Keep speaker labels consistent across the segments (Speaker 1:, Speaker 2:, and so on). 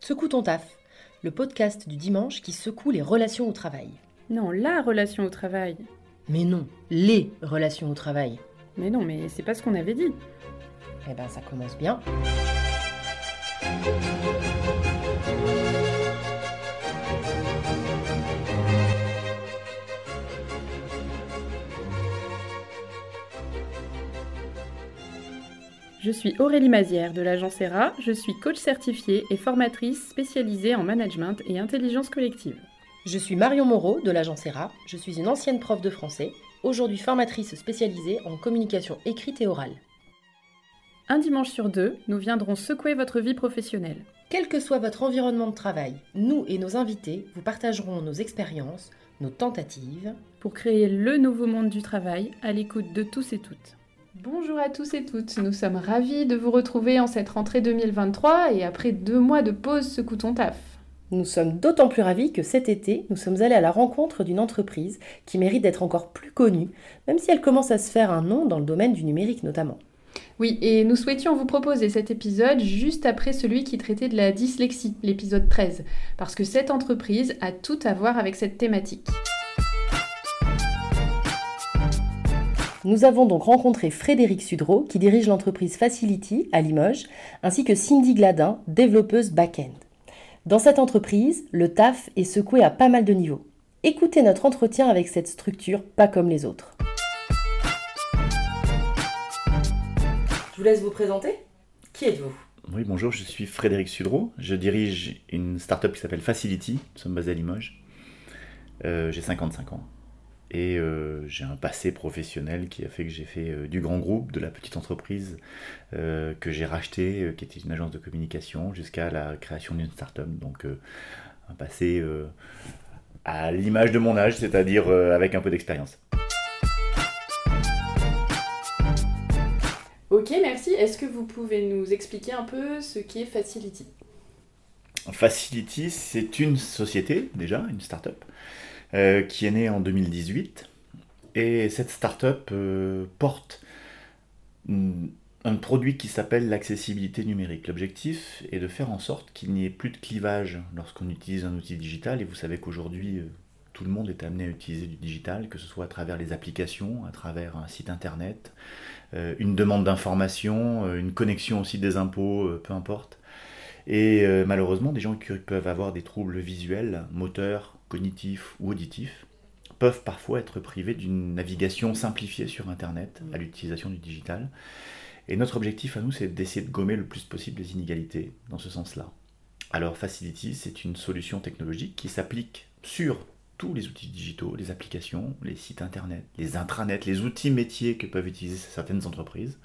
Speaker 1: Secoue ton taf, le podcast du dimanche qui secoue les relations au travail.
Speaker 2: Non, la relation au travail.
Speaker 1: Mais non, les relations au travail.
Speaker 2: Mais non, mais c'est pas ce qu'on avait dit.
Speaker 1: Eh ben ça commence bien.
Speaker 2: Je suis Aurélie Mazière de l'agence ERA, je suis coach certifiée et formatrice spécialisée en management et intelligence collective.
Speaker 1: Je suis Marion Moreau de l'agence ERA, je suis une ancienne prof de français, aujourd'hui formatrice spécialisée en communication écrite et orale.
Speaker 2: Un dimanche sur deux, nous viendrons secouer votre vie professionnelle.
Speaker 1: Quel que soit votre environnement de travail, nous et nos invités vous partagerons nos expériences, nos tentatives,
Speaker 2: pour créer le nouveau monde du travail à l'écoute de tous et toutes.
Speaker 3: Bonjour à tous et toutes, nous sommes ravis de vous retrouver en cette rentrée 2023 et après 2 mois de pause Secoue ton taf.
Speaker 1: Nous sommes d'autant plus ravis que cet été, nous sommes allés à la rencontre d'une entreprise qui mérite d'être encore plus connue, même si elle commence à se faire un nom dans le domaine du numérique notamment.
Speaker 3: Oui, et nous souhaitions vous proposer cet épisode juste après celui qui traitait de la dyslexie, l'épisode 13, parce que cette entreprise a tout à voir avec cette thématique.
Speaker 1: Nous avons donc rencontré Frédéric Sudreau, qui dirige l'entreprise Facility à Limoges, ainsi que Cindy Gladin, développeuse back-end. Dans cette entreprise, le taf est secoué à pas mal de niveaux. Écoutez notre entretien avec cette structure pas comme les autres. Je vous laisse vous présenter. Qui êtes-vous ?
Speaker 4: Oui, bonjour, je suis Frédéric Sudreau. Je dirige une start-up qui s'appelle Facility. Nous sommes basés à Limoges. J'ai 55 ans. Et j'ai un passé professionnel qui a fait que j'ai fait du grand groupe, de la petite entreprise que j'ai rachetée, qui était une agence de communication, jusqu'à la création d'une start-up. Donc un passé à l'image de mon âge, c'est-à-dire avec un peu d'expérience.
Speaker 3: Ok, merci. Est-ce que vous pouvez nous expliquer un peu ce qu'est Facility ?
Speaker 4: Facility, c'est une société, déjà, une start-up, qui est née en 2018. Et cette start-up porte un produit qui s'appelle l'accessibilité numérique. L'objectif est de faire en sorte qu'il n'y ait plus de clivage lorsqu'on utilise un outil digital. Et vous savez qu'aujourd'hui, tout le monde est amené à utiliser du digital, que ce soit à travers les applications, à travers un site internet, une demande d'information, une connexion aussi des impôts, peu importe. Et malheureusement, des gens qui peuvent avoir des troubles visuels, moteurs, cognitifs ou auditifs, peuvent parfois être privés d'une navigation simplifiée sur Internet à l'utilisation du digital. Et notre objectif à nous, c'est d'essayer de gommer le plus possible les inégalités dans ce sens-là. Alors Facility, c'est une solution technologique qui s'applique sur tous les outils digitaux, les applications, les sites Internet, les intranets, les outils métiers que peuvent utiliser certaines entreprises,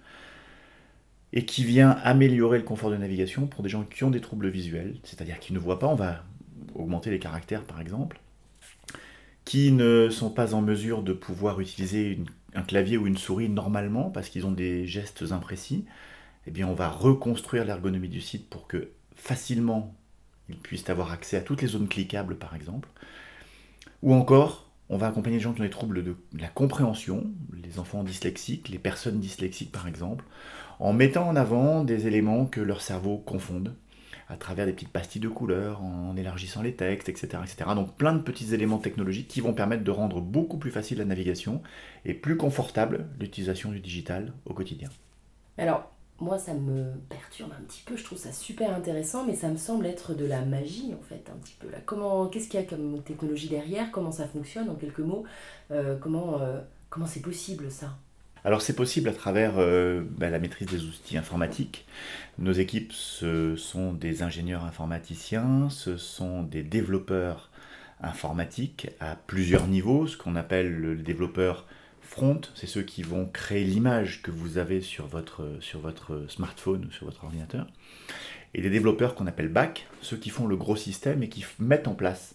Speaker 4: et qui vient améliorer le confort de navigation pour des gens qui ont des troubles visuels, c'est-à-dire qui ne voient pas, on va augmenter les caractères par exemple, qui ne sont pas en mesure de pouvoir utiliser un clavier ou une souris normalement parce qu'ils ont des gestes imprécis. Eh bien on va reconstruire l'ergonomie du site pour que facilement ils puissent avoir accès à toutes les zones cliquables par exemple. Ou encore, on va accompagner les gens qui ont des troubles de la compréhension, les enfants dyslexiques, les personnes dyslexiques par exemple, en mettant en avant des éléments que leur cerveau confonde, à travers des petites pastilles de couleurs, en élargissant les textes, etc., etc. Donc plein de petits éléments technologiques qui vont permettre de rendre beaucoup plus facile la navigation et plus confortable l'utilisation du digital au quotidien.
Speaker 1: Alors, moi ça me perturbe un petit peu, je trouve ça super intéressant, mais ça me semble être de la magie en fait, un petit peu là. Qu'est-ce qu'il y a comme technologie derrière ? Comment ça fonctionne en quelques mots ? Comment c'est possible ça ?
Speaker 4: Alors c'est possible à travers la maîtrise des outils informatiques. Nos équipes, ce sont des ingénieurs informaticiens, ce sont des développeurs informatiques à plusieurs niveaux, ce qu'on appelle le développeur front, c'est ceux qui vont créer l'image que vous avez sur votre smartphone ou sur votre ordinateur. Et des développeurs qu'on appelle back, ceux qui font le gros système et qui mettent en place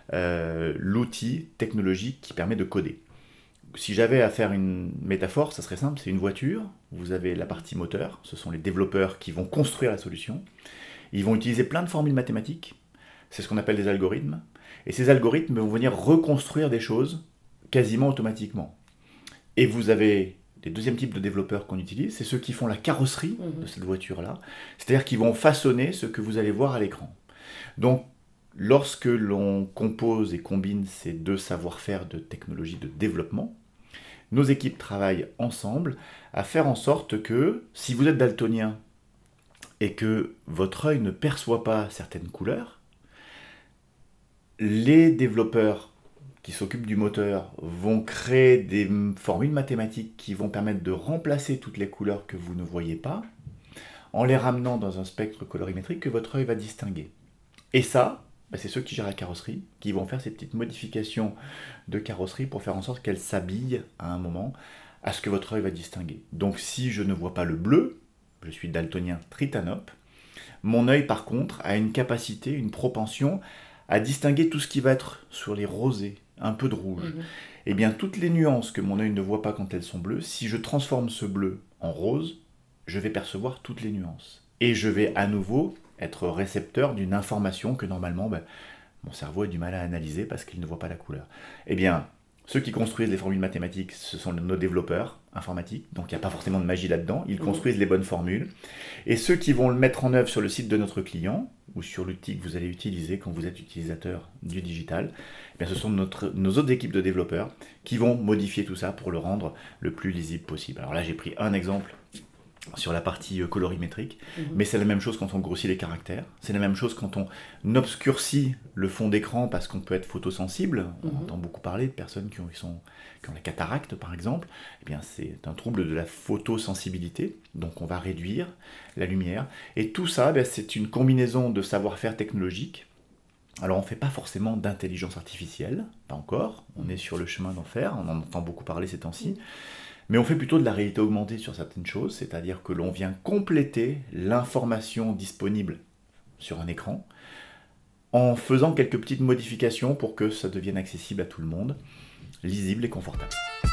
Speaker 4: l'outil technologique qui permet de coder. Si j'avais à faire une métaphore, ça serait simple, c'est une voiture, vous avez la partie moteur, ce sont les développeurs qui vont construire la solution, ils vont utiliser plein de formules mathématiques, c'est ce qu'on appelle des algorithmes, et ces algorithmes vont venir reconstruire des choses quasiment automatiquement. Et vous avez les deuxièmes types de développeurs qu'on utilise, c'est ceux qui font la carrosserie de cette voiture-là, c'est-à-dire qu'ils vont façonner ce que vous allez voir à l'écran. Donc, lorsque l'on compose et combine ces deux savoir-faire de technologie de développement, nos équipes travaillent ensemble à faire en sorte que, si vous êtes daltonien et que votre œil ne perçoit pas certaines couleurs, les développeurs qui s'occupent du moteur vont créer des formules mathématiques qui vont permettre de remplacer toutes les couleurs que vous ne voyez pas, en les ramenant dans un spectre colorimétrique que votre œil va distinguer. Et ça, c'est ceux qui gèrent la carrosserie, qui vont faire ces petites modifications de carrosserie pour faire en sorte qu'elle s'habille à un moment à ce que votre œil va distinguer. Donc si je ne vois pas le bleu, je suis daltonien tritanope, mon œil par contre a une capacité, une propension à distinguer tout ce qui va être sur les rosés, un peu de rouge. Et bien toutes les nuances que mon œil ne voit pas quand elles sont bleues, si je transforme ce bleu en rose, je vais percevoir toutes les nuances. Et je vais à nouveau être récepteur d'une information que normalement mon cerveau a du mal à analyser parce qu'il ne voit pas la couleur. Eh bien, ceux qui construisent les formules mathématiques, ce sont nos développeurs informatiques, donc il n'y a pas forcément de magie là-dedans, ils construisent les bonnes formules. Et ceux qui vont le mettre en œuvre sur le site de notre client, ou sur l'outil que vous allez utiliser quand vous êtes utilisateur du digital, eh bien, ce sont nos autres équipes de développeurs qui vont modifier tout ça pour le rendre le plus lisible possible. Alors là, j'ai pris un exemple sur la partie colorimétrique, mais c'est la même chose quand on grossit les caractères, c'est la même chose quand on obscurcit le fond d'écran parce qu'on peut être photosensible. On entend beaucoup parler de personnes qui ont la cataracte par exemple. Eh bien, c'est un trouble de la photosensibilité, donc on va réduire la lumière, et tout ça, c'est une combinaison de savoir-faire technologique. Alors on ne fait pas forcément d'intelligence artificielle, pas encore, on est sur le chemin d'en faire, on en entend beaucoup parler ces temps-ci. Mais on fait plutôt de la réalité augmentée sur certaines choses, c'est-à-dire que l'on vient compléter l'information disponible sur un écran en faisant quelques petites modifications pour que ça devienne accessible à tout le monde, lisible et confortable.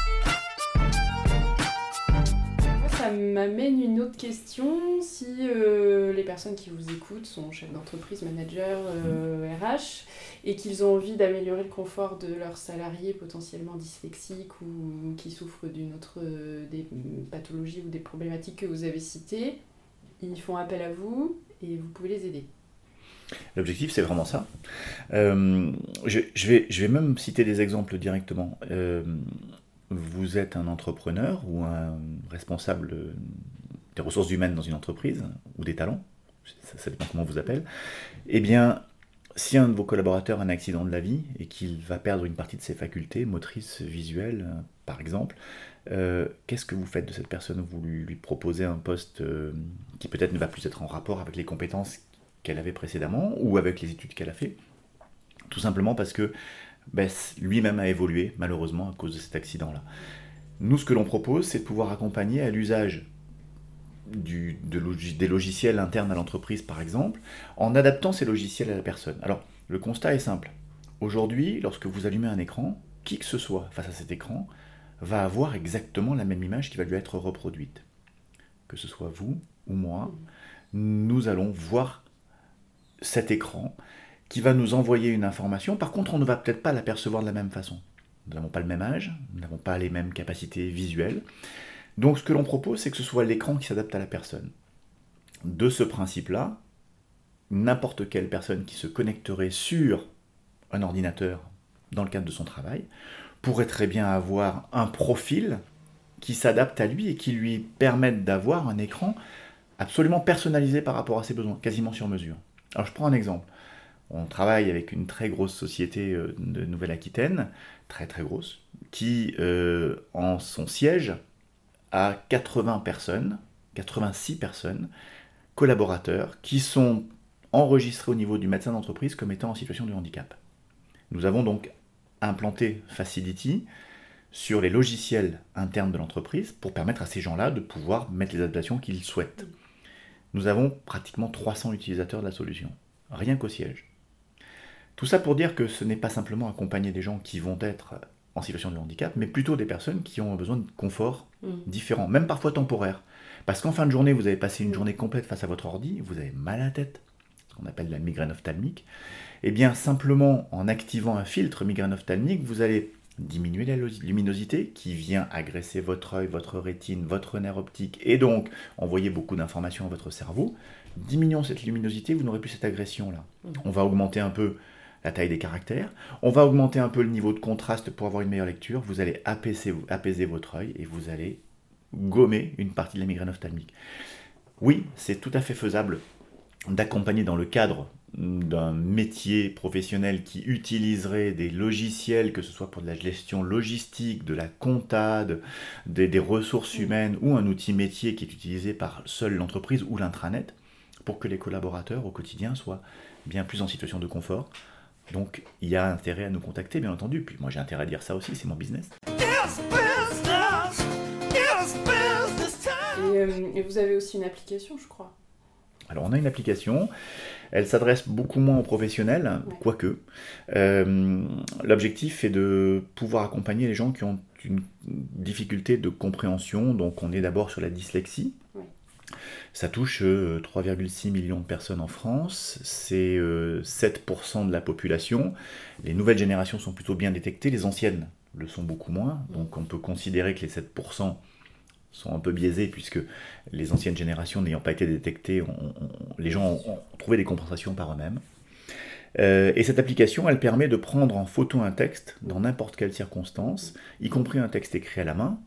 Speaker 3: Ça m'amène une autre question. Si les personnes qui vous écoutent sont chefs d'entreprise, managers, RH, et qu'ils ont envie d'améliorer le confort de leurs salariés potentiellement dyslexiques ou qui souffrent des pathologies ou des problématiques que vous avez citées, ils font appel à vous et vous pouvez les aider.
Speaker 4: L'objectif, c'est vraiment ça. Je vais même citer des exemples directement. Vous êtes un entrepreneur ou un responsable des ressources humaines dans une entreprise, ou des talents, ça dépend comment on vous appelle. Eh bien, si un de vos collaborateurs a un accident de la vie et qu'il va perdre une partie de ses facultés, motrices, visuelles, par exemple, qu'est-ce que vous faites de cette personne ? Vous lui proposez un poste qui peut-être ne va plus être en rapport avec les compétences qu'elle avait précédemment ou avec les études qu'elle a fait, tout simplement parce que lui-même a évolué, malheureusement, à cause de cet accident-là. Nous, ce que l'on propose, c'est de pouvoir accompagner à l'usage des logiciels internes à l'entreprise, par exemple, en adaptant ces logiciels à la personne. Alors, le constat est simple. Aujourd'hui, lorsque vous allumez un écran, qui que ce soit face à cet écran va avoir exactement la même image qui va lui être reproduite. Que ce soit vous ou moi, nous allons voir cet écran qui va nous envoyer une information. Par contre, on ne va peut-être pas l'apercevoir de la même façon. Nous n'avons pas le même âge, nous n'avons pas les mêmes capacités visuelles. Donc ce que l'on propose, c'est que ce soit l'écran qui s'adapte à la personne. De ce principe-là, n'importe quelle personne qui se connecterait sur un ordinateur dans le cadre de son travail pourrait très bien avoir un profil qui s'adapte à lui et qui lui permette d'avoir un écran absolument personnalisé par rapport à ses besoins, quasiment sur mesure. Alors je prends un exemple. On travaille avec une très grosse société de Nouvelle-Aquitaine, très très grosse, qui en son siège a 86 personnes, collaborateurs, qui sont enregistrés au niveau du médecin d'entreprise comme étant en situation de handicap. Nous avons donc implanté Facility sur les logiciels internes de l'entreprise pour permettre à ces gens-là de pouvoir mettre les adaptations qu'ils souhaitent. Nous avons pratiquement 300 utilisateurs de la solution, rien qu'au siège. Tout ça pour dire que ce n'est pas simplement accompagner des gens qui vont être en situation de handicap, mais plutôt des personnes qui ont besoin de confort différent, même parfois temporaire. Parce qu'en fin de journée, vous avez passé une journée complète face à votre ordi, vous avez mal à la tête, ce qu'on appelle la migraine ophtalmique. Et bien simplement en activant un filtre migraine ophtalmique, vous allez diminuer la luminosité qui vient agresser votre œil, votre rétine, votre nerf optique et donc envoyer beaucoup d'informations à votre cerveau. Diminuons cette luminosité, vous n'aurez plus cette agression-là. On va augmenter un peu la taille des caractères, on va augmenter un peu le niveau de contraste pour avoir une meilleure lecture, vous allez apaiser votre œil et vous allez gommer une partie de la migraine ophtalmique. Oui, c'est tout à fait faisable d'accompagner dans le cadre d'un métier professionnel qui utiliserait des logiciels, que ce soit pour de la gestion logistique, de la compta, des ressources humaines ou un outil métier qui est utilisé par seule l'entreprise ou l'intranet pour que les collaborateurs au quotidien soient bien plus en situation de confort. Donc il y a intérêt à nous contacter, bien entendu. Puis moi j'ai intérêt à dire ça aussi, c'est mon business.
Speaker 3: Et vous avez aussi une application, je crois.
Speaker 4: Alors on a une application, elle s'adresse beaucoup moins aux professionnels, quoique. L'objectif est de pouvoir accompagner les gens qui ont une difficulté de compréhension, donc on est d'abord sur la dyslexie. Ça touche 3,6 millions de personnes en France, c'est 7% de la population. Les nouvelles générations sont plutôt bien détectées, les anciennes le sont beaucoup moins, donc on peut considérer que les 7% sont un peu biaisés puisque les anciennes générations n'ayant pas été détectées, les gens ont trouvé des compensations par eux-mêmes. Et cette application, elle permet de prendre en photo un texte dans n'importe quelle circonstance, y compris un texte écrit à la main,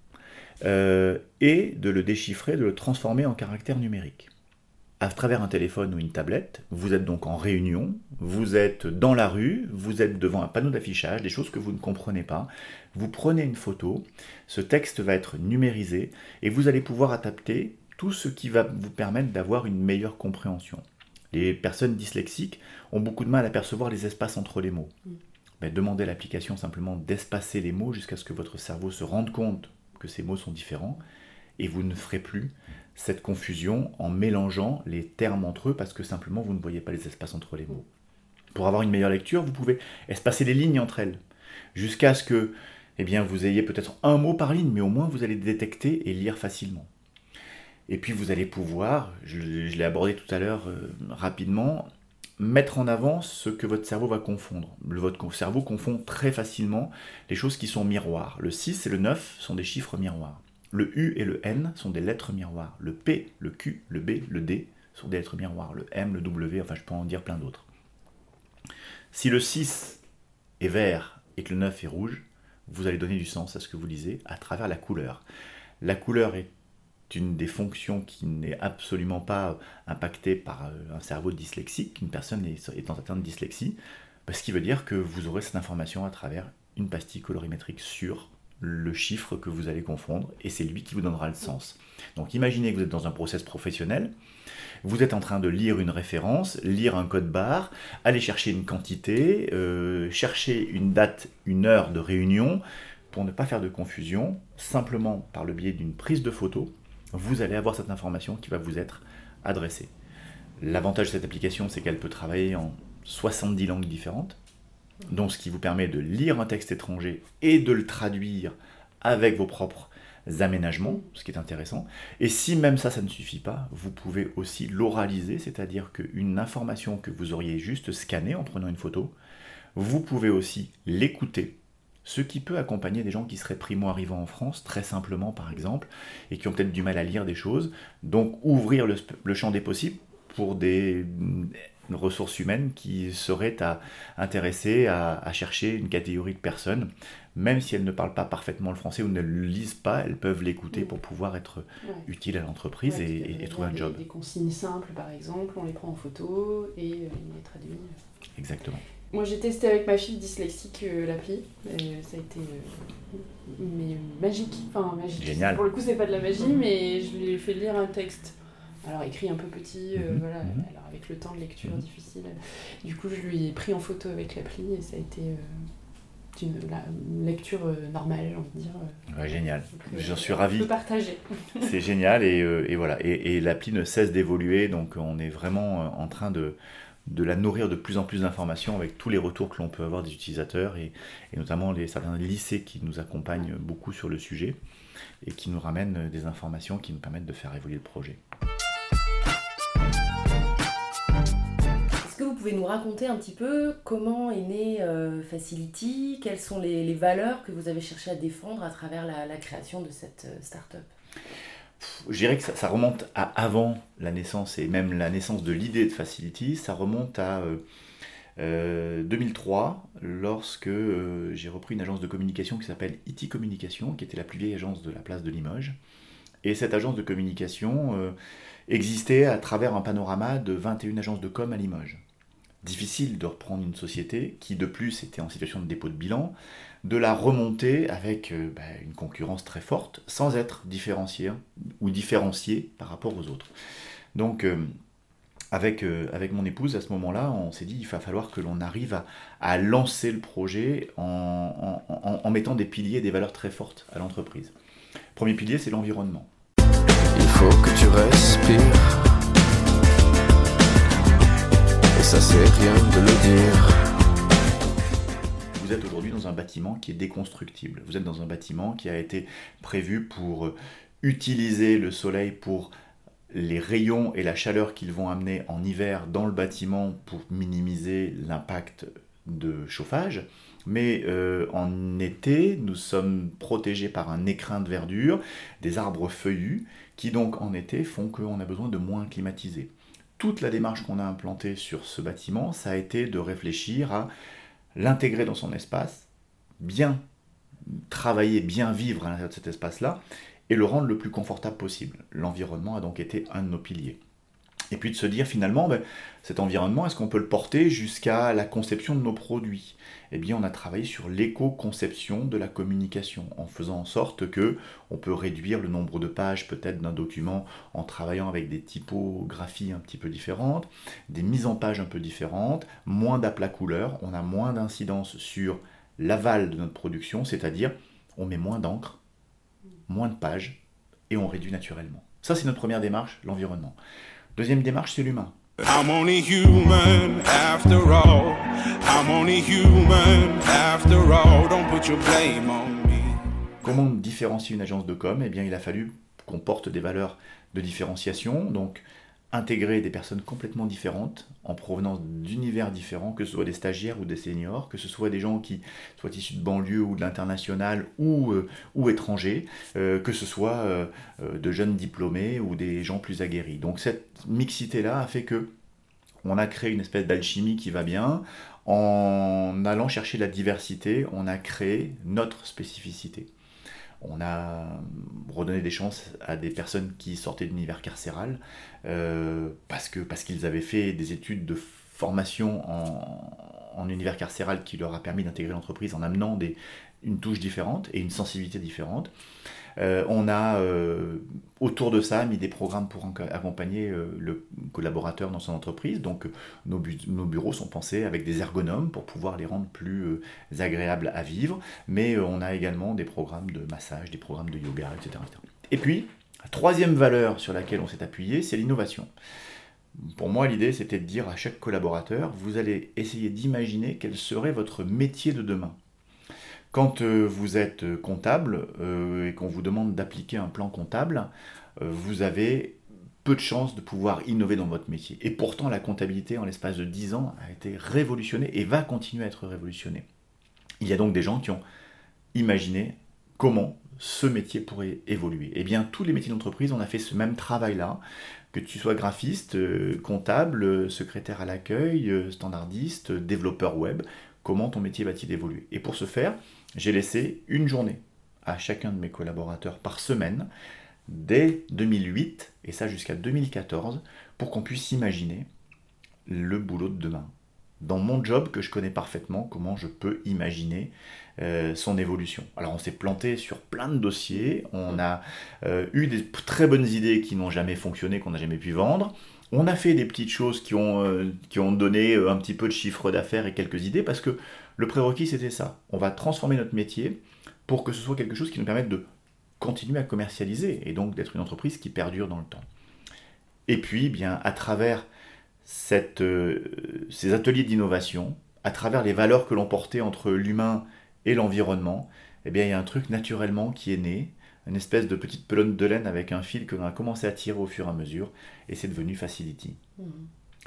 Speaker 4: et de le déchiffrer, de le transformer en caractères numériques. À travers un téléphone ou une tablette, vous êtes donc en réunion, vous êtes dans la rue, vous êtes devant un panneau d'affichage, des choses que vous ne comprenez pas, vous prenez une photo, ce texte va être numérisé et vous allez pouvoir adapter tout ce qui va vous permettre d'avoir une meilleure compréhension. Les personnes dyslexiques ont beaucoup de mal à percevoir les espaces entre les mots. Demandez à l'application simplement d'espacer les mots jusqu'à ce que votre cerveau se rende compte que ces mots sont différents et vous ne ferez plus cette confusion en mélangeant les termes entre eux parce que simplement vous ne voyez pas les espaces entre les mots. Pour avoir une meilleure lecture, vous pouvez espacer les lignes entre elles jusqu'à ce que vous ayez peut-être un mot par ligne, mais au moins vous allez détecter et lire facilement. Et puis vous allez pouvoir, je l'ai abordé tout à l'heure rapidement, mettre en avant ce que votre cerveau va confondre. Votre cerveau confond très facilement les choses qui sont miroirs. Le 6 et le 9 sont des chiffres miroirs. Le U et le N sont des lettres miroirs. Le P, le Q, le B, le D sont des lettres miroirs. Le M, le W, enfin je peux en dire plein d'autres. Si le 6 est vert et que le 9 est rouge, vous allez donner du sens à ce que vous lisez à travers la couleur. La couleur est une des fonctions qui n'est absolument pas impactée par un cerveau dyslexique, une personne étant atteinte de dyslexie, ce qui veut dire que vous aurez cette information à travers une pastille colorimétrique sur le chiffre que vous allez confondre, et c'est lui qui vous donnera le sens. Donc imaginez que vous êtes dans un process professionnel, vous êtes en train de lire une référence, lire un code barre, aller chercher une quantité, chercher une date, une heure de réunion, pour ne pas faire de confusion, simplement par le biais d'une prise de photo, vous allez avoir cette information qui va vous être adressée. L'avantage de cette application, c'est qu'elle peut travailler en 70 langues différentes, donc ce qui vous permet de lire un texte étranger et de le traduire avec vos propres aménagements, ce qui est intéressant. Et si même ça ne suffit pas, vous pouvez aussi l'oraliser, c'est-à-dire qu'une information que vous auriez juste scannée en prenant une photo, vous pouvez aussi l'écouter, ce qui peut accompagner des gens qui seraient primo-arrivants en France, très simplement par exemple, et qui ont peut-être du mal à lire des choses, donc ouvrir le champ des possibles pour des ressources humaines qui seraient intéressées à chercher une catégorie de personnes, même si elles ne parlent pas parfaitement le français ou ne le lisent pas, elles peuvent l'écouter pour pouvoir être utiles à l'entreprise et trouver un job.
Speaker 3: Des consignes simples par exemple, on les prend en photo et on les traduit.
Speaker 4: Exactement.
Speaker 3: Moi j'ai testé avec ma fille dyslexique l'appli, ça a été magique. Enfin magique.
Speaker 4: Génial.
Speaker 3: Pour le coup c'est pas de la magie, mais je lui ai fait lire un texte. Alors écrit un peu petit, voilà, alors avec le temps de lecture difficile. Du coup, je lui ai pris en photo avec l'appli et ça a été une lecture normale, j'ai envie de dire.
Speaker 4: Ouais, génial, j'en suis ravi.
Speaker 3: Je peux partager.
Speaker 4: C'est génial et voilà. Et l'appli ne cesse d'évoluer, donc on est vraiment en train de la nourrir de plus en plus d'informations avec tous les retours que l'on peut avoir des utilisateurs et notamment certains lycées qui nous accompagnent beaucoup sur le sujet et qui nous ramènent des informations qui nous permettent de faire évoluer le projet.
Speaker 1: Est-ce que vous pouvez nous raconter un petit peu comment est né Facility, quelles sont les valeurs que vous avez cherché à défendre à travers la création de cette start-up?
Speaker 4: Je dirais que ça remonte à avant la naissance et même la naissance de l'idée de Facility. Ça remonte à 2003, lorsque j'ai repris une agence de communication qui s'appelle IT Communication, qui était la plus vieille agence de la place de Limoges. Et cette agence de communication existait à travers un panorama de 21 agences de com à Limoges. Difficile de reprendre une société qui de plus était en situation de dépôt de bilan, de la remonter avec une concurrence très forte, sans être différenciée par rapport aux autres. Donc avec mon épouse, à ce moment-là, on s'est dit il va falloir que l'on arrive à lancer le projet en mettant des piliers, des valeurs très fortes à l'entreprise. Premier pilier, c'est l'environnement.
Speaker 5: Il faut que tu respires. Et ça, c'est rien de le dire.
Speaker 4: Vous êtes aujourd'hui dans un bâtiment qui est déconstructible. Vous êtes dans un bâtiment qui a été prévu pour utiliser le soleil pour les rayons et la chaleur qu'ils vont amener en hiver dans le bâtiment pour minimiser l'impact de chauffage. Mais en été, nous sommes protégés par un écrin de verdure, des arbres feuillus, qui donc en été font qu'on a besoin de moins climatiser. Toute la démarche qu'on a implantée sur ce bâtiment, ça a été de réfléchir à l'intégrer dans son espace, bien travailler, bien vivre à l'intérieur de cet espace-là, et le rendre le plus confortable possible. L'environnement a donc été un de nos piliers. Et puis de se dire finalement, cet environnement, est-ce qu'on peut le porter jusqu'à la conception de nos produits? Eh bien, on a travaillé sur l'éco-conception de la communication, en faisant en sorte que on peut réduire le nombre de pages peut-être d'un document en travaillant avec des typographies un petit peu différentes, des mises en page un peu différentes, moins d'aplats couleurs, on a moins d'incidence sur l'aval de notre production, c'est-à-dire on met moins d'encre, moins de pages, et on réduit naturellement. Ça, c'est notre première démarche, l'environnement. Deuxième démarche, c'est l'humain.
Speaker 5: I'm only human after all. I'm only human after all. Don't put your blame on me.
Speaker 4: Comment différencier une agence de com? Eh bien, il a fallu qu'on porte des valeurs de différenciation, donc intégrer des personnes complètement différentes, en provenance d'univers différents, que ce soit des stagiaires ou des seniors, que ce soit des gens qui soient issus de banlieue ou de l'international ou étrangers, que ce soit de jeunes diplômés ou des gens plus aguerris. Donc cette mixité-là a fait que on a créé une espèce d'alchimie qui va bien. En allant chercher la diversité, on a créé notre spécificité. On a redonné des chances à des personnes qui sortaient de l'univers carcéral parce qu'ils avaient fait des études de formation en univers carcéral qui leur a permis d'intégrer l'entreprise en amenant une touche différente et une sensibilité différente. On a autour de ça mis des programmes pour accompagner le collaborateur dans son entreprise. Donc nos bureaux sont pensés avec des ergonomes pour pouvoir les rendre plus agréables à vivre. Mais on a également des programmes de massage, des programmes de yoga, etc. Et puis, la troisième valeur sur laquelle on s'est appuyé, c'est l'innovation. Pour moi, l'idée, c'était de dire à chaque collaborateur, vous allez essayer d'imaginer quel serait votre métier de demain. Quand vous êtes comptable et qu'on vous demande d'appliquer un plan comptable, vous avez peu de chances de pouvoir innover dans votre métier. Et pourtant, la comptabilité, en l'espace de 10 ans, a été révolutionnée et va continuer à être révolutionnée. Il y a donc des gens qui ont imaginé comment ce métier pourrait évoluer. Eh bien, tous les métiers d'entreprise, on a fait ce même travail-là, que tu sois graphiste, comptable, secrétaire à l'accueil, standardiste, développeur web, comment ton métier va-t-il évoluer? Et pour ce faire, j'ai laissé une journée à chacun de mes collaborateurs par semaine, dès 2008, et ça jusqu'à 2014, pour qu'on puisse imaginer le boulot de demain. Dans mon job que je connais parfaitement, comment je peux imaginer son évolution. Alors on s'est planté sur plein de dossiers, on a eu des très bonnes idées qui n'ont jamais fonctionné, qu'on n'a jamais pu vendre. On a fait des petites choses qui ont donné un petit peu de chiffre d'affaires et quelques idées, parce que le prérequis c'était ça. On va transformer notre métier pour que ce soit quelque chose qui nous permette de continuer à commercialiser et donc d'être une entreprise qui perdure dans le temps. Et puis, bien, à travers ces ateliers d'innovation, à travers les valeurs que l'on portait entre l'humain et l'environnement, eh bien, il y a un truc naturellement qui est né, une espèce de petite pelote de laine avec un fil que l'on a commencé à tirer au fur et à mesure, et c'est devenu Facility.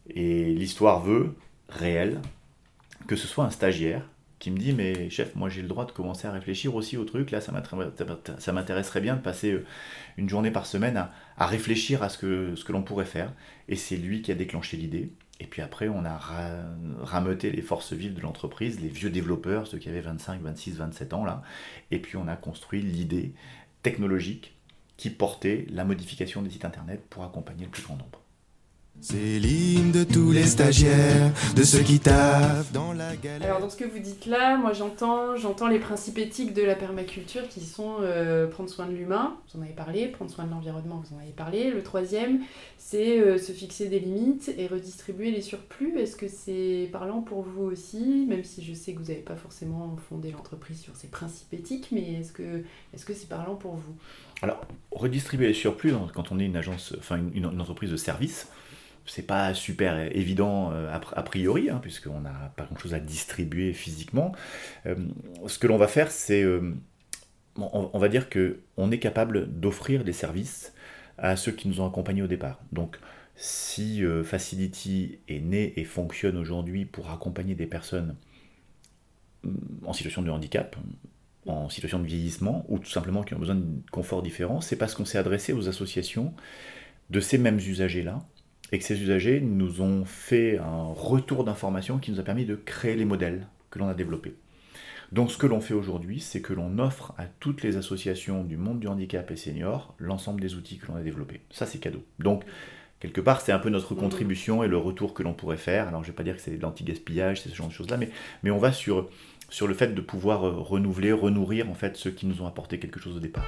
Speaker 4: Et l'histoire veut, réelle, que ce soit un stagiaire qui me dit « Mais chef, moi j'ai le droit de commencer à réfléchir aussi au truc, là ça m'intéresserait bien de passer une journée par semaine à réfléchir à ce que l'on pourrait faire. » Et c'est lui qui a déclenché l'idée. Et puis après, on a rameuté les forces vives de l'entreprise, les vieux développeurs, ceux qui avaient 25, 26, 27 ans là. Et puis on a construit l'idée technologique qui portait la modification des sites internet pour accompagner le plus grand nombre.
Speaker 6: C'est l'hymne de tous les stagiaires, de ceux qui taffent dans la galère.
Speaker 3: Alors dans ce que vous dites là, moi j'entends les principes éthiques de la permaculture qui sont prendre soin de l'humain, vous en avez parlé, prendre soin de l'environnement, vous en avez parlé. Le troisième, c'est se fixer des limites et redistribuer les surplus. Est-ce que c'est parlant pour vous aussi, même si je sais que vous n'avez pas forcément fondé l'entreprise sur ces principes éthiques, mais est-ce que c'est parlant pour vous?
Speaker 4: Alors, redistribuer les surplus, quand on est une agence, enfin une entreprise de service, c'est pas super évident a priori, puisqu'on n'a pas grand-chose à distribuer physiquement. Ce que l'on va faire, c'est, on va dire qu'on est capable d'offrir des services à ceux qui nous ont accompagnés au départ. Donc, si Facility est né et fonctionne aujourd'hui pour accompagner des personnes en situation de handicap, en situation de vieillissement, ou tout simplement qui ont besoin de confort différent, c'est parce qu'on s'est adressé aux associations de ces mêmes usagers-là, et que ces usagers nous ont fait un retour d'informations qui nous a permis de créer les modèles que l'on a développés. Donc ce que l'on fait aujourd'hui, c'est que l'on offre à toutes les associations du monde du handicap et senior l'ensemble des outils que l'on a développés. Ça, c'est cadeau. Donc, quelque part, c'est un peu notre contribution et le retour que l'on pourrait faire. Alors, je ne vais pas dire que c'est de l'anti-gaspillage, c'est ce genre de choses-là, mais on va sur le fait de pouvoir renouveler, renourrir en fait ceux qui nous ont apporté quelque chose au départ.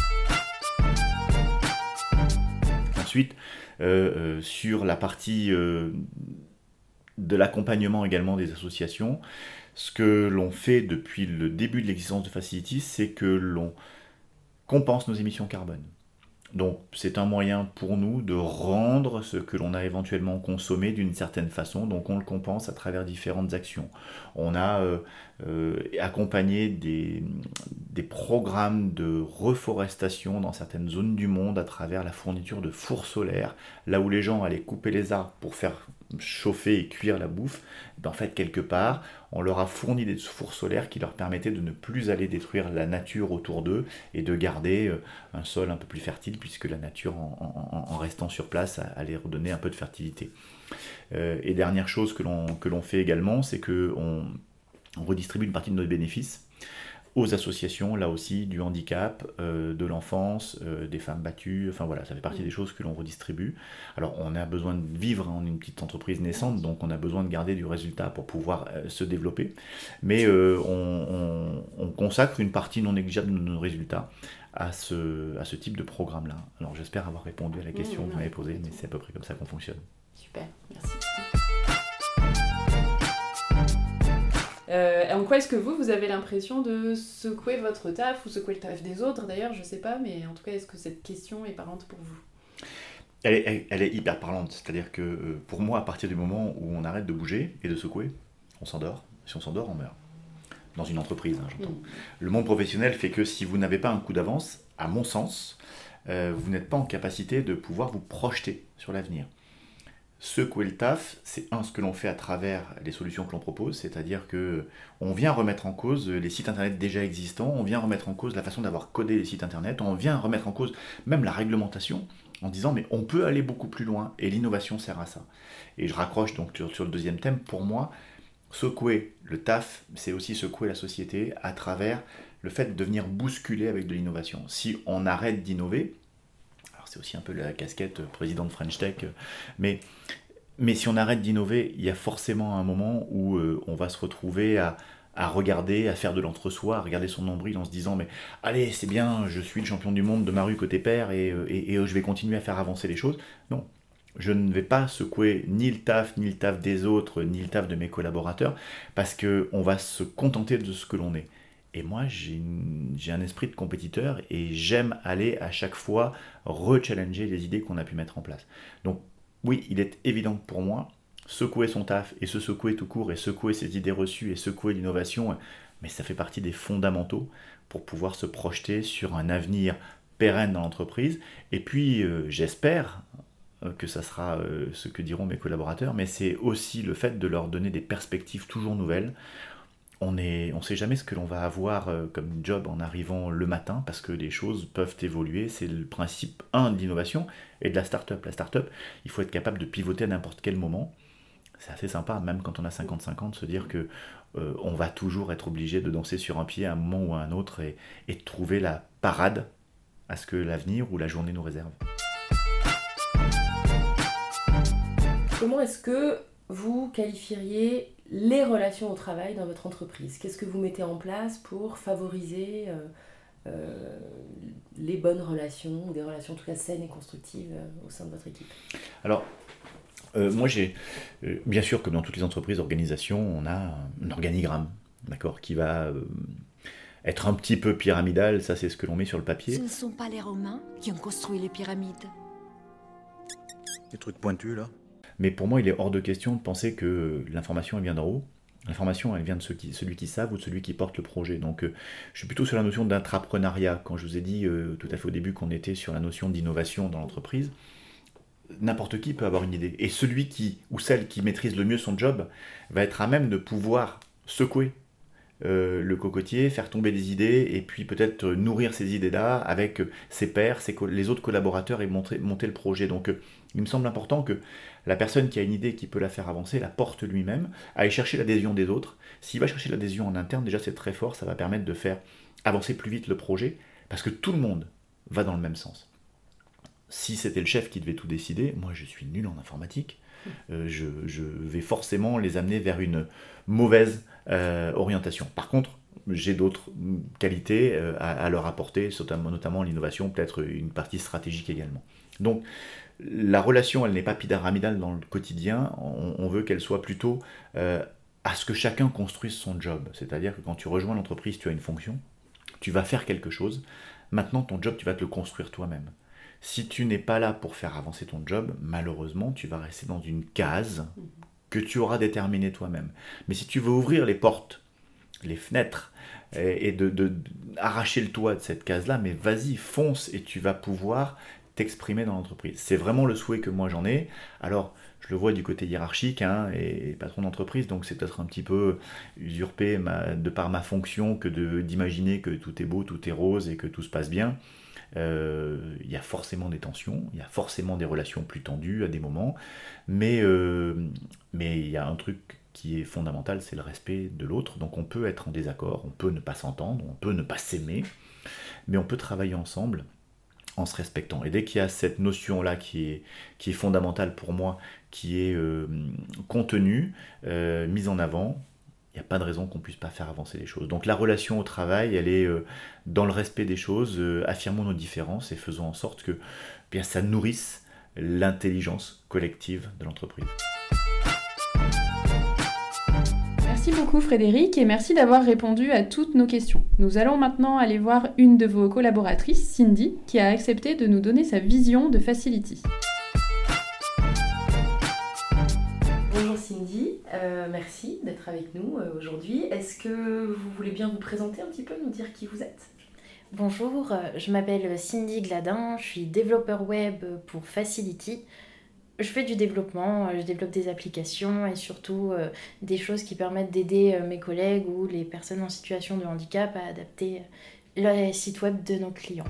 Speaker 4: Ensuite, sur la partie de l'accompagnement également des associations, ce que l'on fait depuis le début de l'existence de Facility, c'est que l'on compense nos émissions carbone. Donc c'est un moyen pour nous de rendre ce que l'on a éventuellement consommé d'une certaine façon, donc on le compense à travers différentes actions. On a accompagné des programmes de reforestation dans certaines zones du monde à travers la fourniture de fours solaires, là où les gens allaient couper les arbres pour faire chauffer et cuire la bouffe. En fait, quelque part, on leur a fourni des fours solaires qui leur permettaient de ne plus aller détruire la nature autour d'eux et de garder un sol un peu plus fertile, puisque la nature, en restant sur place, allait redonner un peu de fertilité. Et dernière chose que l'on fait également, c'est qu'on redistribue une partie de nos bénéfices aux associations, là aussi, du handicap, de l'enfance, des femmes battues, enfin voilà, ça fait partie des choses que l'on redistribue. Alors on a besoin de vivre en une petite entreprise naissante, donc on a besoin de garder du résultat pour pouvoir se développer, mais on consacre une partie non négligeable de nos résultats à ce type de programme-là. Alors j'espère avoir répondu à la question que vous m'avez posée, mais c'est à peu près comme ça qu'on fonctionne.
Speaker 3: Super, merci. En quoi est-ce que vous avez l'impression de secouer votre taf ou secouer le taf des autres d'ailleurs, je sais pas, mais en tout cas, est-ce que cette question est parlante pour vous?
Speaker 4: Elle est hyper parlante, c'est-à-dire que pour moi, à partir du moment où on arrête de bouger et de secouer, on s'endort. Si on s'endort, on meurt. Dans une entreprise, j'entends. Le monde professionnel fait que si vous n'avez pas un coup d'avance, à mon sens, vous n'êtes pas en capacité de pouvoir vous projeter sur l'avenir. Secouer le taf, c'est ce que l'on fait à travers les solutions que l'on propose, c'est-à-dire qu'on vient remettre en cause les sites internet déjà existants, on vient remettre en cause la façon d'avoir codé les sites internet, on vient remettre en cause même la réglementation en disant mais on peut aller beaucoup plus loin et l'innovation sert à ça. Et je raccroche donc sur le deuxième thème, pour moi, secouer le taf, c'est aussi secouer la société à travers le fait de venir bousculer avec de l'innovation. Si on arrête d'innover, c'est aussi un peu la casquette président de French Tech, mais si on arrête d'innover, il y a forcément un moment où on va se retrouver à regarder, à faire de l'entre-soi, à regarder son nombril en se disant mais allez, c'est bien, je suis le champion du monde de ma rue côté père et je vais continuer à faire avancer les choses. Non, je ne vais pas secouer ni le taf des autres, ni le taf de mes collaborateurs, parce qu'on va se contenter de ce que l'on est. Et moi, j'ai un esprit de compétiteur et j'aime aller à chaque fois rechallenger les idées qu'on a pu mettre en place. Donc oui, il est évident pour moi, secouer son taf et se secouer tout court et secouer ses idées reçues et secouer l'innovation, mais ça fait partie des fondamentaux pour pouvoir se projeter sur un avenir pérenne dans l'entreprise. Et puis, j'espère, que ça sera ce que diront mes collaborateurs, mais c'est aussi le fait de leur donner des perspectives toujours nouvelles. On ne sait jamais ce que l'on va avoir comme job en arrivant le matin, parce que les choses peuvent évoluer. C'est le principe, de l'innovation et de la start-up. La start-up, il faut être capable de pivoter à n'importe quel moment. C'est assez sympa, même quand on a 55 ans, de se dire que on va toujours être obligé de danser sur un pied à un moment ou à un autre et de trouver la parade à ce que l'avenir ou la journée nous réserve.
Speaker 1: Comment est-ce que vous qualifieriez les relations au travail dans votre entreprise ? Qu'est-ce que vous mettez en place pour favoriser les bonnes relations, ou des relations en tout cas saines et constructives au sein de votre équipe ?
Speaker 4: Alors, moi j'ai, bien sûr comme dans toutes les entreprises, organisations, on a un organigramme, d'accord, qui va être un petit peu pyramidal, ça c'est ce que l'on met sur le papier.
Speaker 7: Ce ne sont pas les Romains qui ont construit les pyramides.
Speaker 8: Des trucs pointus là.
Speaker 4: Mais pour moi, il est hors de question de penser que l'information, elle vient d'en haut. L'information, elle vient de celui qui savent ou de celui qui porte le projet. Donc, je suis plutôt sur la notion d'intrapreneuriat. Quand je vous ai dit tout à fait au début qu'on était sur la notion d'innovation dans l'entreprise, n'importe qui peut avoir une idée. Et celui ou celle qui maîtrise le mieux son job va être à même de pouvoir secouer le cocotier, faire tomber des idées et puis peut-être nourrir ces idées-là avec ses pairs, les autres collaborateurs et monter le projet. Donc il me semble important que la personne qui a une idée qui peut la faire avancer la porte lui-même, aille chercher l'adhésion des autres. S'il va chercher l'adhésion en interne, déjà c'est très fort, ça va permettre de faire avancer plus vite le projet parce que tout le monde va dans le même sens. Si c'était le chef qui devait tout décider, moi je suis nul en informatique, je vais forcément les amener vers une mauvaise orientation. Par contre, j'ai d'autres qualités à leur apporter, notamment l'innovation, peut-être une partie stratégique également. Donc, la relation, elle n'est pas pyramidale dans le quotidien, on veut qu'elle soit plutôt à ce que chacun construise son job. C'est-à-dire que quand tu rejoins l'entreprise, tu as une fonction, tu vas faire quelque chose, maintenant ton job, tu vas te le construire toi-même. Si tu n'es pas là pour faire avancer ton job, malheureusement, tu vas rester dans une case que tu auras déterminée toi-même. Mais si tu veux ouvrir les portes, les fenêtres, et arracher le toit de cette case-là, mais vas-y, fonce, et tu vas pouvoir t'exprimer dans l'entreprise. C'est vraiment le souhait que moi j'en ai. Alors, je le vois du côté hiérarchique, et patron d'entreprise, donc c'est peut-être un petit peu usurpé de par ma fonction que d'imaginer que tout est beau, tout est rose, et que tout se passe bien. Il y a forcément des tensions, il y a forcément des relations plus tendues à des moments, mais il y a un truc qui est fondamental, c'est le respect de l'autre. Donc on peut être en désaccord, on peut ne pas s'entendre, on peut ne pas s'aimer, mais on peut travailler ensemble en se respectant. Et dès qu'il y a cette notion-là qui est fondamentale pour moi, qui est contenue, mise en avant, il n'y a pas de raison qu'on ne puisse pas faire avancer les choses. Donc la relation au travail, elle est dans le respect des choses, affirmons nos différences et faisons en sorte que ça nourrisse l'intelligence collective de l'entreprise.
Speaker 2: Merci beaucoup Frédéric et merci d'avoir répondu à toutes nos questions. Nous allons maintenant aller voir une de vos collaboratrices, Cindy, qui a accepté de nous donner sa vision de Facility.
Speaker 1: Bonjour Cindy, merci d'être avec nous aujourd'hui. Est-ce que vous voulez bien vous présenter un petit peu, nous dire qui vous êtes ?
Speaker 9: Bonjour, je m'appelle Cindy Gladin, je suis développeur web pour Facility. Je fais du développement, je développe des applications et surtout des choses qui permettent d'aider mes collègues ou les personnes en situation de handicap à adapter le site web de nos clients.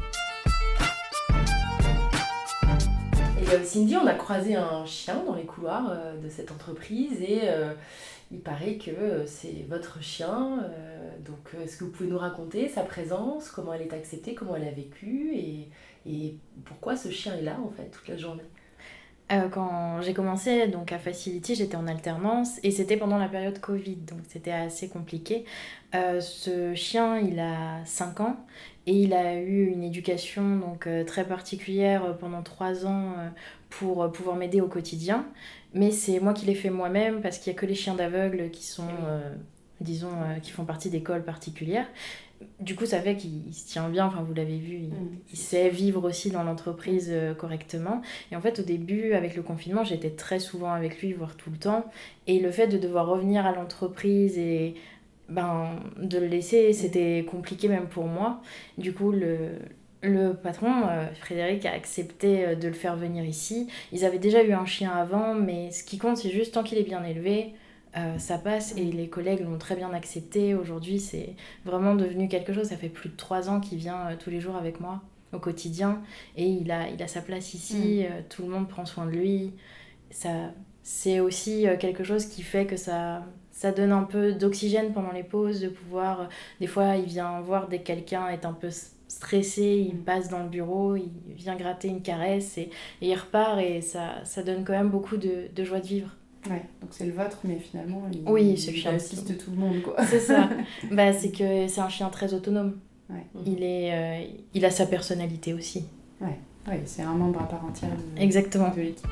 Speaker 1: Et Cindy, on a croisé un chien dans les couloirs de cette entreprise et il paraît que c'est votre chien. Donc est-ce que vous pouvez nous raconter sa présence, comment elle est acceptée, comment elle a vécu et pourquoi ce chien est là en fait toute la journée ?
Speaker 9: Quand j'ai commencé donc à Facility, j'étais en alternance et c'était pendant la période Covid, donc c'était assez compliqué. Ce chien, il a 5 ans et il a eu une éducation donc, très particulière pendant 3 ans pour pouvoir m'aider au quotidien. Mais c'est moi qui l'ai fait moi-même parce qu'il n'y a que les chiens d'aveugles qui sont, qui font partie d'écoles particulières. Du coup, ça fait qu'il se tient bien, enfin vous l'avez vu, il sait vivre aussi dans l'entreprise correctement. Et en fait, au début, avec le confinement, j'étais très souvent avec lui, voire tout le temps. Et le fait de devoir revenir à l'entreprise et de le laisser, c'était compliqué même pour moi. Du coup, Le patron, Frédéric, a accepté de le faire venir ici. Ils avaient déjà eu un chien avant, mais ce qui compte, c'est juste tant qu'il est bien élevé, ça passe. Et les collègues l'ont très bien accepté. Aujourd'hui, c'est vraiment devenu quelque chose. Ça fait plus de 3 ans qu'il vient tous les jours avec moi au quotidien. Et il a sa place ici. Tout le monde prend soin de lui. C'est aussi quelque chose qui fait que ça donne un peu d'oxygène pendant les pauses, de pouvoir... des fois, il vient voir dès que quelqu'un est un peu stressé, il passe dans le bureau, il vient gratter une caresse et il repart, et ça donne quand même beaucoup de joie de vivre.
Speaker 3: Ouais, donc c'est le vôtre, mais finalement,
Speaker 9: oui, c'est le chien
Speaker 3: assiste tout le monde, quoi.
Speaker 9: C'est ça. C'est que c'est un chien très autonome.
Speaker 3: Ouais.
Speaker 9: Il a sa personnalité aussi.
Speaker 3: Ouais, c'est un membre à part entière
Speaker 9: Exactement.
Speaker 3: de l'équipe.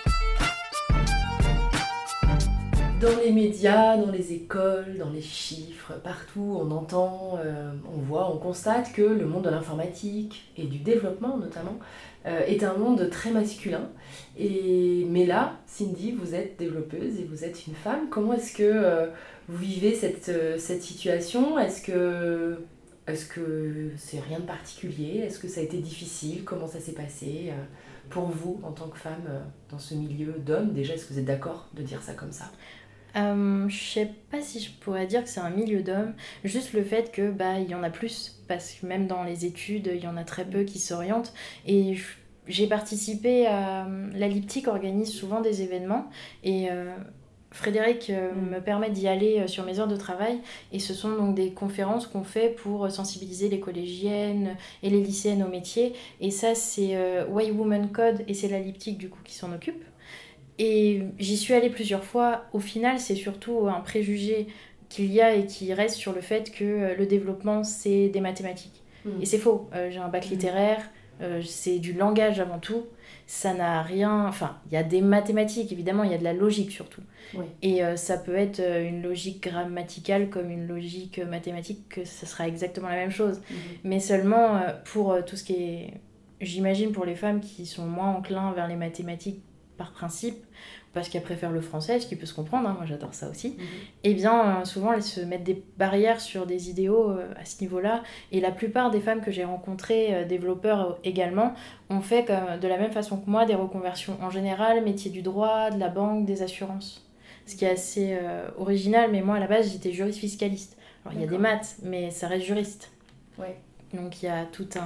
Speaker 1: Dans les médias, dans les écoles, dans les chiffres, partout, on entend, on voit, on constate que le monde de l'informatique et du développement notamment est un monde très masculin. Mais là, Cindy, vous êtes développeuse et vous êtes une femme. Comment est-ce que vous vivez cette situation ? Est-ce que c'est rien de particulier ? Est-ce que ça a été difficile ? Comment ça s'est passé pour vous en tant que femme dans ce milieu d'hommes ? Déjà, est-ce que vous êtes d'accord de dire ça comme ça ?
Speaker 9: Je sais pas si je pourrais dire que c'est un milieu d'hommes, juste le fait que il y en a plus, parce que même dans les études, il y en a très peu qui s'orientent. Et j'ai participé à... La Liptic organise souvent des événements, et Frédéric me permet d'y aller sur mes heures de travail, et ce sont donc des conférences qu'on fait pour sensibiliser les collégiennes et les lycéennes au métier, et ça c'est Why Women Code, et c'est la Liptic du coup qui s'en occupe. Et j'y suis allée plusieurs fois. Au final, c'est surtout un préjugé qu'il y a et qui reste sur le fait que le développement, c'est des mathématiques. Et c'est faux. J'ai un bac littéraire, c'est du langage avant tout. Ça n'a rien... Enfin, il y a des mathématiques, évidemment, il y a de la logique surtout.
Speaker 1: Oui.
Speaker 9: Et ça peut être une logique grammaticale comme une logique mathématique, que ça sera exactement la même chose. Mais seulement pour tout ce qui est... J'imagine pour les femmes qui sont moins enclins vers les mathématiques par principe, parce qu'elles préfèrent le français, ce qui peut se comprendre, moi j'adore ça aussi, et bien souvent elles se mettent des barrières sur des idéaux à ce niveau-là, et la plupart des femmes que j'ai rencontrées, développeurs également, ont fait de la même façon que moi des reconversions en général, métier du droit, de la banque, des assurances, ce qui est assez original, mais moi à la base j'étais juriste fiscaliste. Alors il y a des maths, mais ça reste juriste.
Speaker 1: Ouais.
Speaker 9: Donc il y a tout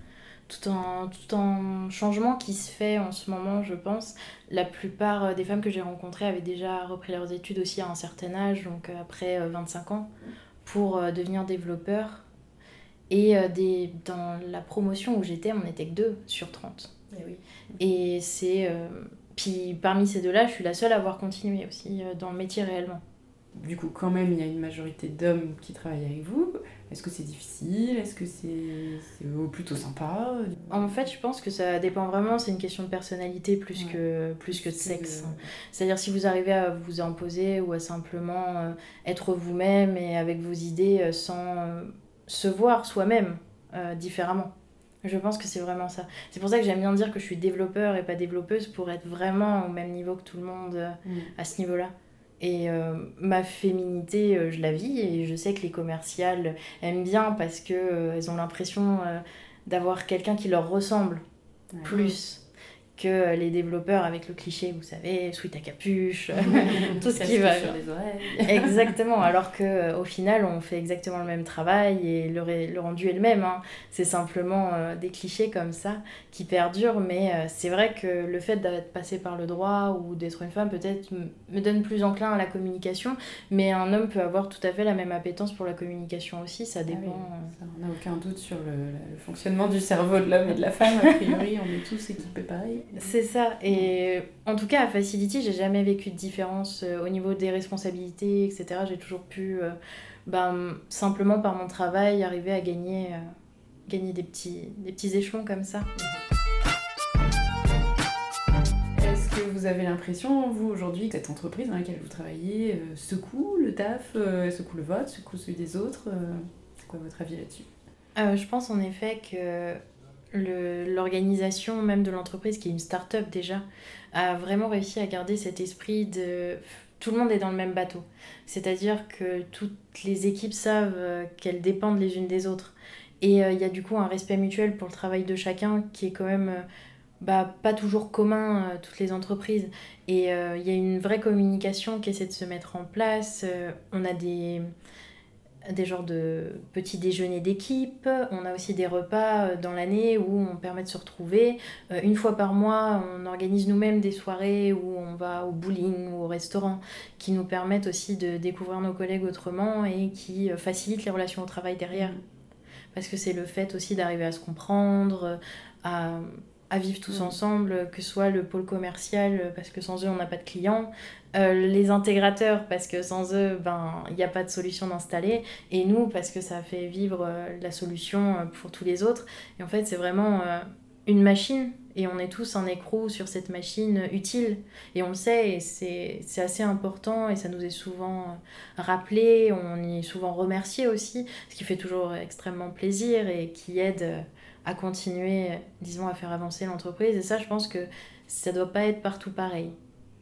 Speaker 9: un changement qui se fait en ce moment, je pense. La plupart des femmes que j'ai rencontrées avaient déjà repris leurs études aussi à un certain âge, donc après 25 ans, pour devenir développeurs. Et dans la promotion où j'étais, on n'était que 2 sur 30.
Speaker 1: Et oui.
Speaker 9: Et c'est... Puis parmi ces 2-là, je suis la seule à avoir continué aussi dans le métier réellement.
Speaker 3: Du coup, quand même, il y a une majorité d'hommes qui travaillent avec vous. Est-ce que c'est difficile ? Est-ce que c'est plutôt sympa ?
Speaker 9: En fait, je pense que ça dépend vraiment, c'est une question de personnalité plus que de sexe. C'est-à-dire si vous arrivez à vous imposer ou à simplement être vous-même et avec vos idées sans se voir soi-même différemment. Je pense que c'est vraiment ça. C'est pour ça que j'aime bien dire que je suis développeur et pas développeuse, pour être vraiment au même niveau que tout le monde à ce niveau-là. Et ma féminité, je la vis, et je sais que les commerciales aiment bien parce qu'elles ont l'impression d'avoir quelqu'un qui leur ressemble plus que les développeurs avec le cliché, vous savez, sweat à capuche, tout ce qui va
Speaker 3: sur les oreilles.
Speaker 9: Exactement, alors qu'au final, on fait exactement le même travail et le rendu est le même. C'est simplement des clichés comme ça qui perdurent, mais c'est vrai que le fait d'être passé par le droit ou d'être une femme peut-être me donne plus enclin à la communication, mais un homme peut avoir tout à fait la même appétence pour la communication aussi, ça dépend.
Speaker 3: Ça, on n'a aucun doute sur le fonctionnement du cerveau de l'homme et de la femme, a priori, on est tous équipés pareil.
Speaker 9: C'est ça, et en tout cas à Facility, j'ai jamais vécu de différence au niveau des responsabilités, etc. J'ai toujours pu, simplement par mon travail, arriver à gagner des petits échelons comme ça.
Speaker 3: Est-ce que vous avez l'impression, vous, aujourd'hui, que cette entreprise dans laquelle vous travaillez secoue le taf, secoue le vôtre, secoue celui des autres C'est quoi votre avis là-dessus ?
Speaker 9: Je pense en effet que l'organisation même de l'entreprise, qui est une start-up déjà, a vraiment réussi à garder cet esprit de... Tout le monde est dans le même bateau. C'est-à-dire que toutes les équipes savent qu'elles dépendent les unes des autres. Et il y a du coup un respect mutuel pour le travail de chacun qui est quand même pas toujours commun à toutes les entreprises. Et il y a une vraie communication qui essaie de se mettre en place. On a des genres de petits déjeuners d'équipe. On a aussi des repas dans l'année où on permet de se retrouver. Une fois par mois, on organise nous-mêmes des soirées où on va au bowling ou au restaurant qui nous permettent aussi de découvrir nos collègues autrement et qui facilitent les relations au travail derrière. Parce que c'est le fait aussi d'arriver à se comprendre, à vivre tous ensemble, que ce soit le pôle commercial, parce que sans eux, on n'a pas de clients, les intégrateurs, parce que sans eux, il n'y a pas de solution d'installer, et nous, parce que ça fait vivre la solution pour tous les autres. Et en fait, c'est vraiment une machine, et on est tous un écrou sur cette machine utile. Et on le sait, et c'est assez important, et ça nous est souvent rappelé, on y est souvent remercié aussi, ce qui fait toujours extrêmement plaisir, et qui aide à continuer, disons, à faire avancer l'entreprise. Et ça, je pense que ça doit pas être partout pareil.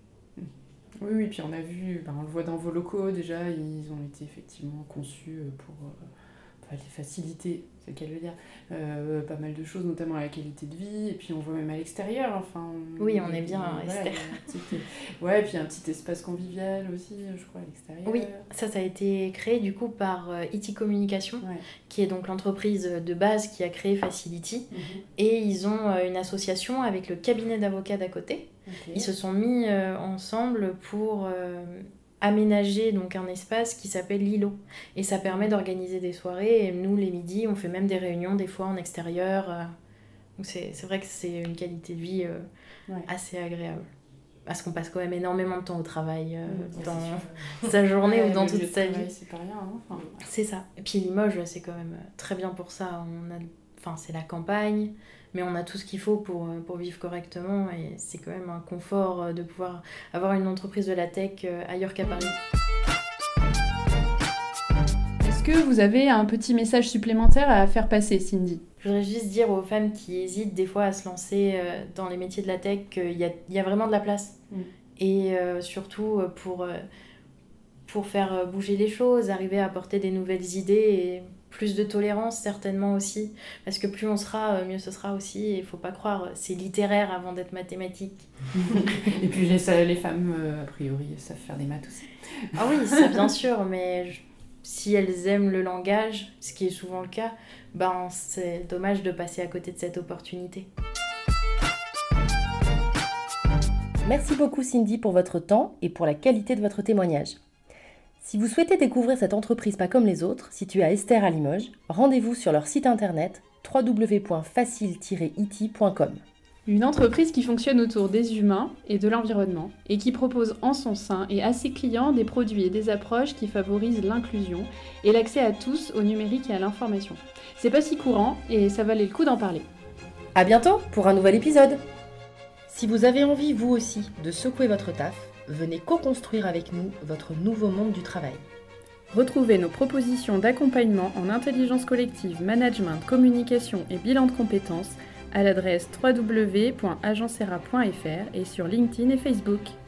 Speaker 3: Oui, puis on a vu, on le voit dans vos locaux déjà, ils ont été effectivement conçus pour les faciliter, c'est le cas de le dire, pas mal de choses, notamment la qualité de vie, et puis on voit même à l'extérieur,
Speaker 9: oui, on est bien à l'extérieur.
Speaker 3: Ouais, et puis un petit espace convivial aussi, je crois, à l'extérieur.
Speaker 9: Oui, ça a été créé du coup par IT Communication, qui est donc l'entreprise de base qui a créé Facility, et ils ont une association avec le cabinet d'avocats d'à côté. Ils se sont mis ensemble pour aménager donc un espace qui s'appelle l'îlot, et ça permet d'organiser des soirées, et nous les midis on fait même des réunions des fois en extérieur, donc c'est vrai que c'est une qualité de vie assez agréable parce qu'on passe quand même énormément de temps au travail dans sa journée ou dans toute sa vie.
Speaker 3: C'est pas rien,
Speaker 9: c'est ça. Et puis Limoges c'est quand même très bien pour ça, c'est la campagne, mais on a tout ce qu'il faut pour vivre correctement, et c'est quand même un confort de pouvoir avoir une entreprise de la tech ailleurs qu'à Paris.
Speaker 2: Est-ce que vous avez un petit message supplémentaire à faire passer, Cindy ?
Speaker 9: Je voudrais juste dire aux femmes qui hésitent des fois à se lancer dans les métiers de la tech qu'il y a vraiment de la place. Et surtout pour faire bouger les choses, arriver à apporter des nouvelles idées et plus de tolérance certainement aussi, parce que plus on sera, mieux ce sera aussi, et il faut pas croire, c'est littéraire avant d'être mathématique.
Speaker 3: Et puis les femmes, a priori, savent faire des maths aussi.
Speaker 9: Ah oui, ça bien sûr, mais si elles aiment le langage, ce qui est souvent le cas, c'est dommage de passer à côté de cette opportunité.
Speaker 1: Merci beaucoup Cindy pour votre temps et pour la qualité de votre témoignage. Si vous souhaitez découvrir cette entreprise pas comme les autres, située à Esther à Limoges, rendez-vous sur leur site internet www.facile-it.com.
Speaker 2: Une entreprise qui fonctionne autour des humains et de l'environnement, et qui propose en son sein et à ses clients des produits et des approches qui favorisent l'inclusion et l'accès à tous au numérique et à l'information. C'est pas si courant et ça valait le coup d'en parler.
Speaker 1: À bientôt pour un nouvel épisode. Si vous avez envie, vous aussi, de secouer votre taf, venez co-construire avec nous votre nouveau monde du travail.
Speaker 2: Retrouvez nos propositions d'accompagnement en intelligence collective, management, communication et bilan de compétences à l'adresse www.agencera.fr et sur LinkedIn et Facebook.